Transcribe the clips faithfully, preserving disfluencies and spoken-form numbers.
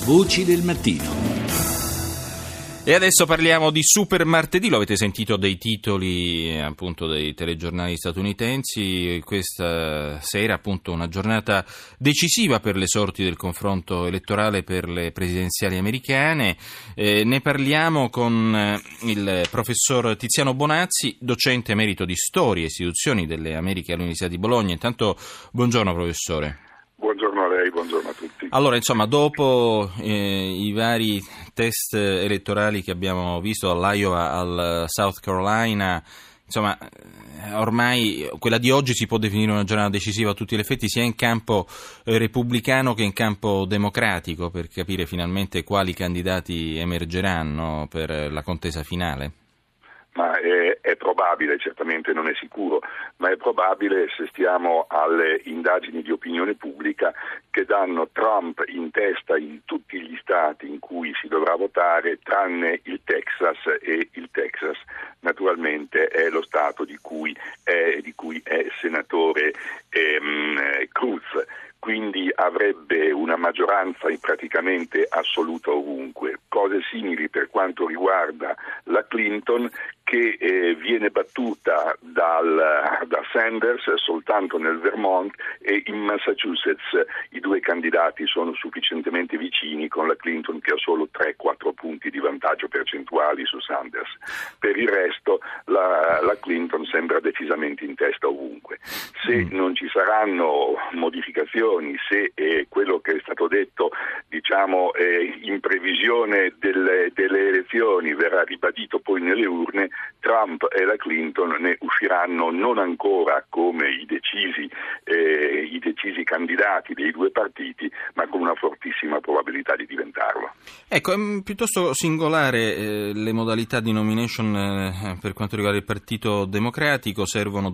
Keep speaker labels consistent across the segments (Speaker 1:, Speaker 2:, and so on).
Speaker 1: Voci del mattino. E adesso parliamo di Super Martedì, lo avete sentito dei titoli appunto dei telegiornali statunitensi. Questa sera appunto una giornata decisiva per le sorti del confronto elettorale per le presidenziali americane. Eh, ne parliamo con eh, il professor Tiziano Bonazzi, docente emerito di Storia e Istituzioni delle Americhe all'Università di Bologna. Intanto buongiorno professore.
Speaker 2: Buongiorno a lei, buongiorno a tutti.
Speaker 1: Allora, insomma, dopo eh, i vari test elettorali che abbiamo visto dall'Iowa al South Carolina, insomma, ormai quella di oggi si può definire una giornata decisiva a tutti gli effetti, sia in campo eh, repubblicano che in campo democratico, per capire finalmente quali candidati emergeranno per la contesa finale.
Speaker 2: Ma è, è probabile, certamente non è sicuro, ma è probabile se stiamo alle indagini di opinione pubblica che danno Trump in testa in tutti gli stati in cui si dovrà votare, tranne il Texas, e il Texas naturalmente è lo stato di cui è, di cui è senatore ehm, Cruz. Quindi avrebbe una maggioranza praticamente assoluta ovunque. Cose simili per quanto riguarda la Clinton, che eh, viene battuta dal, da Sanders soltanto nel Vermont, e in Massachusetts i due candidati sono sufficientemente vicini, con la Clinton che ha solo tre quattro punti di vantaggio percentuali su Sanders. Per il resto la, la Clinton sembra decisamente in testa ovunque. Se non ci saranno modificazioni, se eh, quello che è stato detto, diciamo, eh, in previsione delle, delle elezioni verrà ribadito poi nelle urne, Trump e la Clinton ne usciranno non ancora come i decisi, eh, i decisi candidati dei due partiti, ma con una fortissima probabilità di diventarlo.
Speaker 1: Ecco, è piuttosto singolare eh, le modalità di nomination eh, per quanto riguarda il Partito Democratico. Servono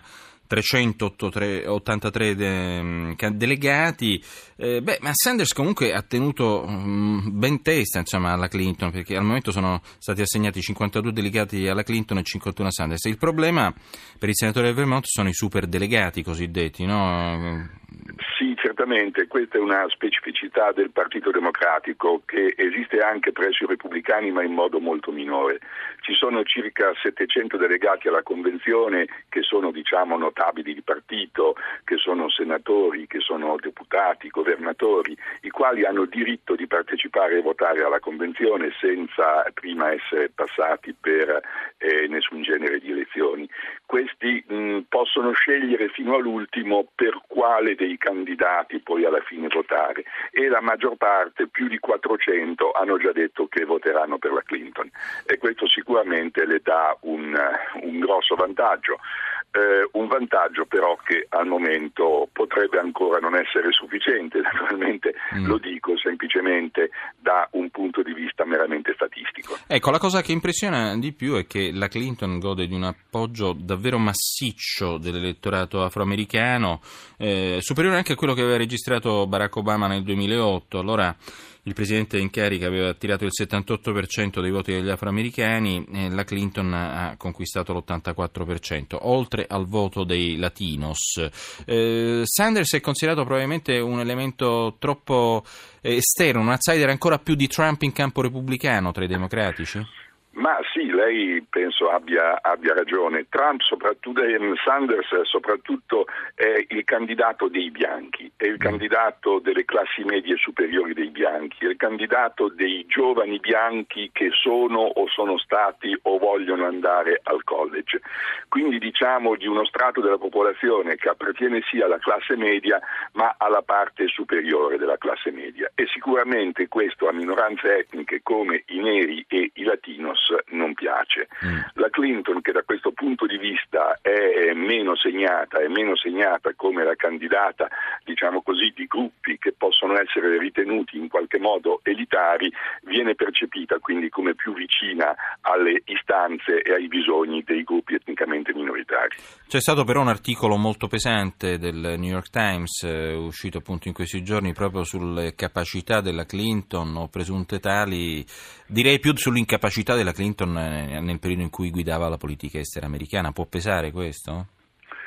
Speaker 1: duemilatrecentottantatré de, delegati, eh, beh, ma Sanders comunque ha tenuto mh, ben testa, insomma, alla Clinton, perché al momento sono stati assegnati cinquantadue delegati alla Clinton e cinquantuno a Sanders. Il problema per il senatore del Vermont sono i super delegati cosiddetti, no?
Speaker 2: Sì, certamente, questa è una specificità del Partito Democratico che esiste anche presso i repubblicani, ma in modo molto minore. Ci sono circa settecento delegati alla convenzione che sono, diciamo, notabili di partito, che sono senatori, che sono deputati, governatori, i quali hanno diritto di partecipare e votare alla convenzione senza prima essere passati per eh, nessun genere di elezioni. Questi mh, possono scegliere fino all'ultimo per quale dei candidati poi alla fine votare, e la maggior parte, più di quattrocento, hanno già detto che voteranno per la Clinton, e questo sicuramente le dà un, un grosso vantaggio. Eh, un vantaggio però che al momento potrebbe ancora non essere sufficiente, naturalmente mm. lo dico semplicemente da un punto di vista meramente statistico.
Speaker 1: Ecco, la cosa che impressiona di più è che la Clinton gode di un appoggio davvero massiccio dell'elettorato afroamericano, eh, superiore anche a quello che aveva registrato Barack Obama nel duemilaotto. Allora il presidente in carica aveva attirato il settantotto per cento dei voti degli afroamericani e la Clinton ha conquistato l'ottantaquattro per cento, oltre al voto dei latinos. Eh, Sanders è considerato probabilmente un elemento troppo eh, esterno, un outsider ancora più di Trump in campo repubblicano tra i democratici?
Speaker 2: Ma sì, lei penso abbia, abbia ragione. Trump, soprattutto, eh, Sanders soprattutto è il candidato dei bianchi, è il candidato delle classi medie superiori dei bianchi, è il candidato dei giovani bianchi che sono o sono stati o vogliono andare al college. Quindi diciamo di uno strato della popolazione che appartiene sì alla classe media, ma alla parte superiore della classe media. E sicuramente questo a minoranze etniche come i neri e i latinos non piace. Mm. La Clinton, che da questo punto di vista è meno segnata, è meno segnata come la candidata, diciamo così, di gruppi che possono essere ritenuti in qualche modo elitari, viene percepita quindi come più vicina alle istanze e ai bisogni dei gruppi etnicamente minoritari.
Speaker 1: C'è stato però un articolo molto pesante del New York Times, eh, uscito appunto in questi giorni, proprio sulle capacità della Clinton, o presunte tali, direi più sull'incapacità della Clinton nel periodo in cui guidava la politica estera americana. Può pesare questo?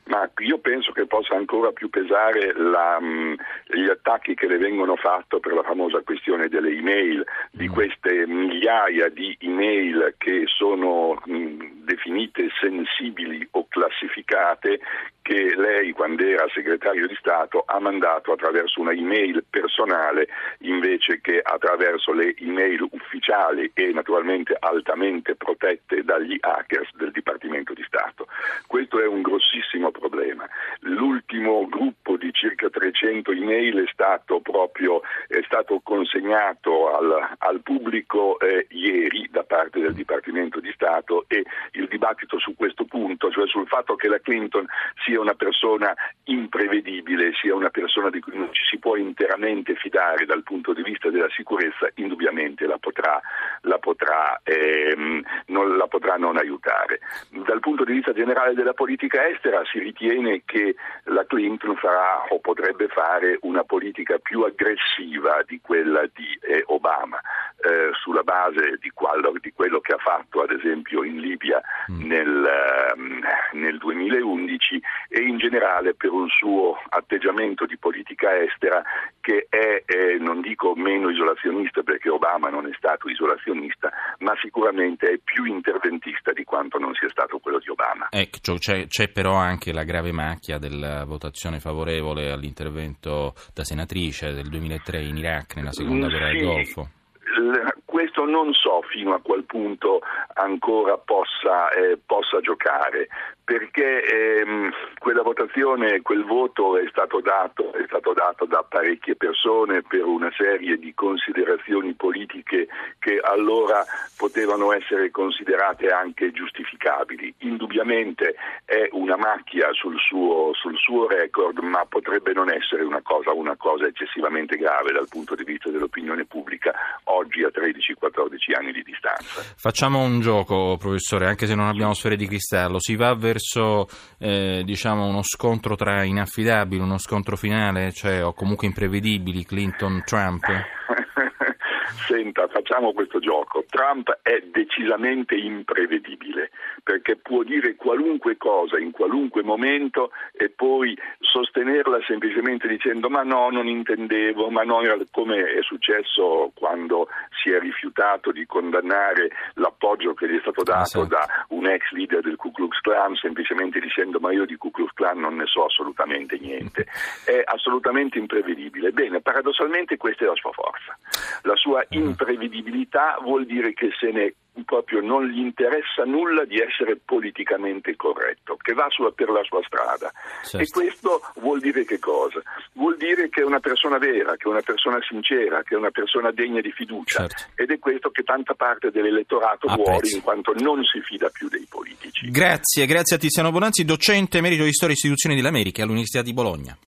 Speaker 2: Ma io penso che possa ancora più pesare la, mh, gli attacchi che le vengono fatti per la famosa questione delle email, di queste migliaia di email che sono mh, definite sensibili o classificate, che lei, quando era segretario di Stato, ha mandato attraverso una email personale invece che attraverso le email ufficiali e naturalmente altamente protette dagli hackers del Dipartimento di Stato. Questo è un grossissimo problema. L'ultimo gruppo di circa trecento email è stato proprio è stato consegnato al, al pubblico eh, ieri da parte del Dipartimento di Stato, e il dibattito su questo punto, cioè sul fatto che la Clinton sia una persona imprevedibile, sia una persona di cui non ci si può interamente fidare dal punto di vista della sicurezza, indubbiamente la potrà, la potrà, ehm, non, la potrà non aiutare. Dal punto di vista generale della politica estera si ritiene che la Clinton farà o potrebbe fare una politica più aggressiva di quella di eh, Obama, eh, sulla base di quello, di quello che ha fatto ad esempio in Libia mm. nel, eh, nel duemilaundici, e in generale per un suo atteggiamento di politica estera che è, eh, non dico meno isolazionista, perché Obama non è stato isolazionista, ma sicuramente è più interventista di quanto non sia stato quello di Obama.
Speaker 1: Ecco, c'è, c'è però anche la grave macchia della votazione favorevole all'intervento da senatrice del duemilatré in Iraq, nella seconda guerra
Speaker 2: sì.
Speaker 1: del Golfo.
Speaker 2: Questo non so fino a qual punto ancora possa, eh, possa giocare, perché ehm, quella votazione, quel voto è stato dato, è stato dato da parecchie persone per una serie di considerazioni politiche che allora potevano essere considerate anche giustificabili. Indubbiamente è una macchia sul suo, sul suo record, ma potrebbe non essere una cosa, una cosa eccessivamente grave dal punto di vista dell'opinione pubblica oggi a tredici quattordici anni di distanza.
Speaker 1: Facciamo un gioco, professore, anche se non abbiamo sfere di cristallo. Si va verso eh, diciamo uno scontro tra inaffidabili, uno scontro finale, cioè o comunque imprevedibili, Clinton-Trump?
Speaker 2: Senta, facciamo questo gioco. Trump è decisamente imprevedibile, perché può dire qualunque cosa in qualunque momento e poi sostenerla semplicemente dicendo ma no, non intendevo, ma no, come è successo quando si è rifiutato di condannare l'appoggio che gli è stato dato ah, sì. da un ex leader del Ku Klux Klan, semplicemente dicendo ma io di Ku Klux Klan non ne so assolutamente niente. È assolutamente imprevedibile. Bene, paradossalmente questa è la sua forza. La sua imprevedibilità vuol dire che se ne proprio non gli interessa nulla di essere politicamente corretto, che va sulla, per la sua strada. Certo. E questo vuol dire che cosa? Vuol dire che è una persona vera, che è una persona sincera, che è una persona degna di fiducia. Certo. Ed è questo che tanta parte dell'elettorato Apprezzo. vuole, in quanto non si fida più dei politici.
Speaker 1: Grazie, grazie a Tiziano Bonanzi, docente emerito di Storia e Istituzioni dell'America all'Università di Bologna.